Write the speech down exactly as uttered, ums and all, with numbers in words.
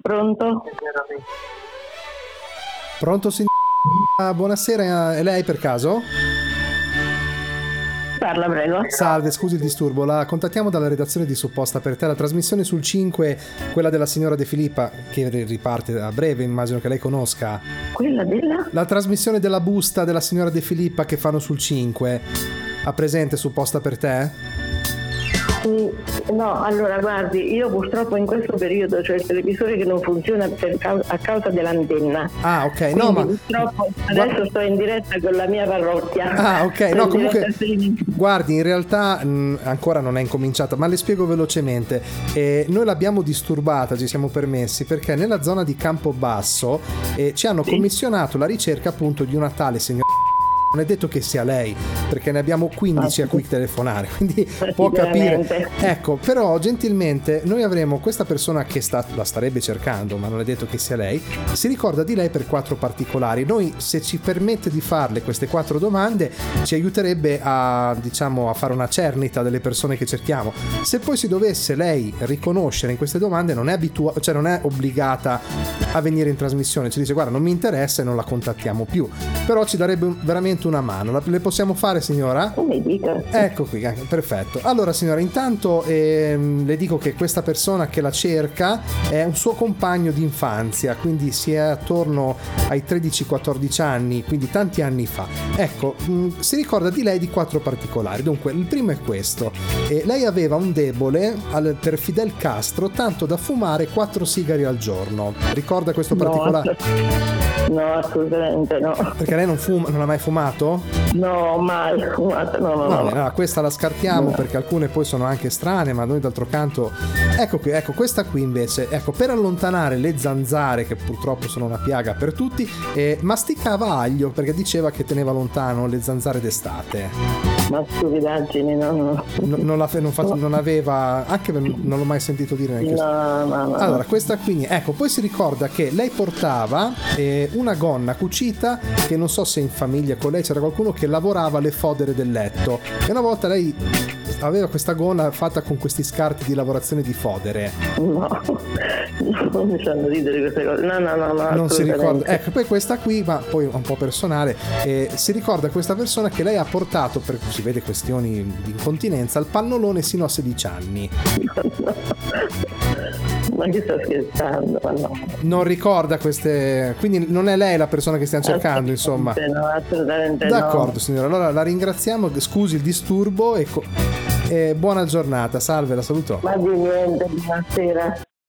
Pronto? Pronto signora? Buonasera, è lei per caso? Parla, prego. Salve, scusi il disturbo, la contattiamo dalla redazione di Supposta per te, la trasmissione sul cinque, quella della signora De Filippa, che riparte a breve, immagino che lei conosca. Quella della? La trasmissione della busta della signora De Filippa che fanno sul cinque, ha presente Supposta per te? Sì, no, allora guardi, io purtroppo in questo periodo c'è il televisore che non funziona per cau- a causa dell'antenna. Ah, ok, Quindi, no, ma purtroppo adesso Gua- sto in diretta con la mia parrocchia. Ah, ok, Sto no, in comunque diretta streaming. guardi, in realtà mh, ancora non è incominciata, ma le spiego velocemente. Eh, noi l'abbiamo disturbata, ci siamo permessi, perché nella zona di Campobasso eh, ci hanno Sì. commissionato la ricerca appunto di una tale signora. Non è detto che sia lei, perché ne abbiamo quindici a cui telefonare, quindi può capire. Veramente. Ecco, però gentilmente noi avremo questa persona che sta, la starebbe cercando, ma non è detto che sia lei, si ricorda di lei per quattro particolari. Noi, se ci permette di farle queste quattro domande, ci aiuterebbe a, diciamo, a fare una cernita delle persone che cerchiamo. Se poi si dovesse lei riconoscere in queste domande, non è abitua- cioè non è obbligata a venire in trasmissione, ci dice guarda non mi interessa e non la contattiamo più, però ci darebbe veramente una mano. La, le possiamo fare, signora? Come dica? Ecco qui, eh, perfetto. Allora signora, intanto ehm, le dico che questa persona che la cerca è un suo compagno di infanzia, quindi si è attorno ai tredici quattordici anni, quindi tanti anni fa. Ecco, mh, si ricorda di lei di quattro particolari. Dunque, il primo è questo. Eh, lei aveva un debole al, per Fidel Castro, tanto da fumare quattro sigari al giorno. Ricorda questo particolare? No, no, assolutamente no. Perché lei non fuma, non ha mai fumato? No, mai fumato, no, no, No, no. no, questa la scartiamo No. perché alcune poi sono anche strane, ma noi d'altro canto. Ecco qui, ecco questa qui invece, ecco, per allontanare le zanzare che purtroppo sono una piaga per tutti, eh, masticava aglio perché diceva che teneva lontano le zanzare d'estate. Ma stupidaggini, no, no. No- non, la, non, fa- non aveva, anche non l'ho mai sentito dire neanche. No, no, no. Allora, questa qui, ecco, poi si ricorda che lei portava eh, una gonna cucita, che non so se in famiglia con lei c'era qualcuno che lavorava le fodere del letto, e una volta lei aveva questa gonna fatta con questi scarti di lavorazione di fodere. No, non mi fanno ridere queste cose. No, no, no, no. Non si ricorda. assolutamente. Ecco, poi questa qui, ma poi un po' personale, eh, si ricorda questa persona che lei ha portato, per si vede questioni di incontinenza, al pannolone sino a sedici anni. Ma che sta scherzando? Ma no. Non ricorda queste, quindi non è lei la persona che stiamo cercando, insomma. No, assolutamente D'accordo, no. signora. Allora la ringraziamo, scusi il disturbo e, co- e buona giornata. Salve, la saluto. Ma di niente, buonasera.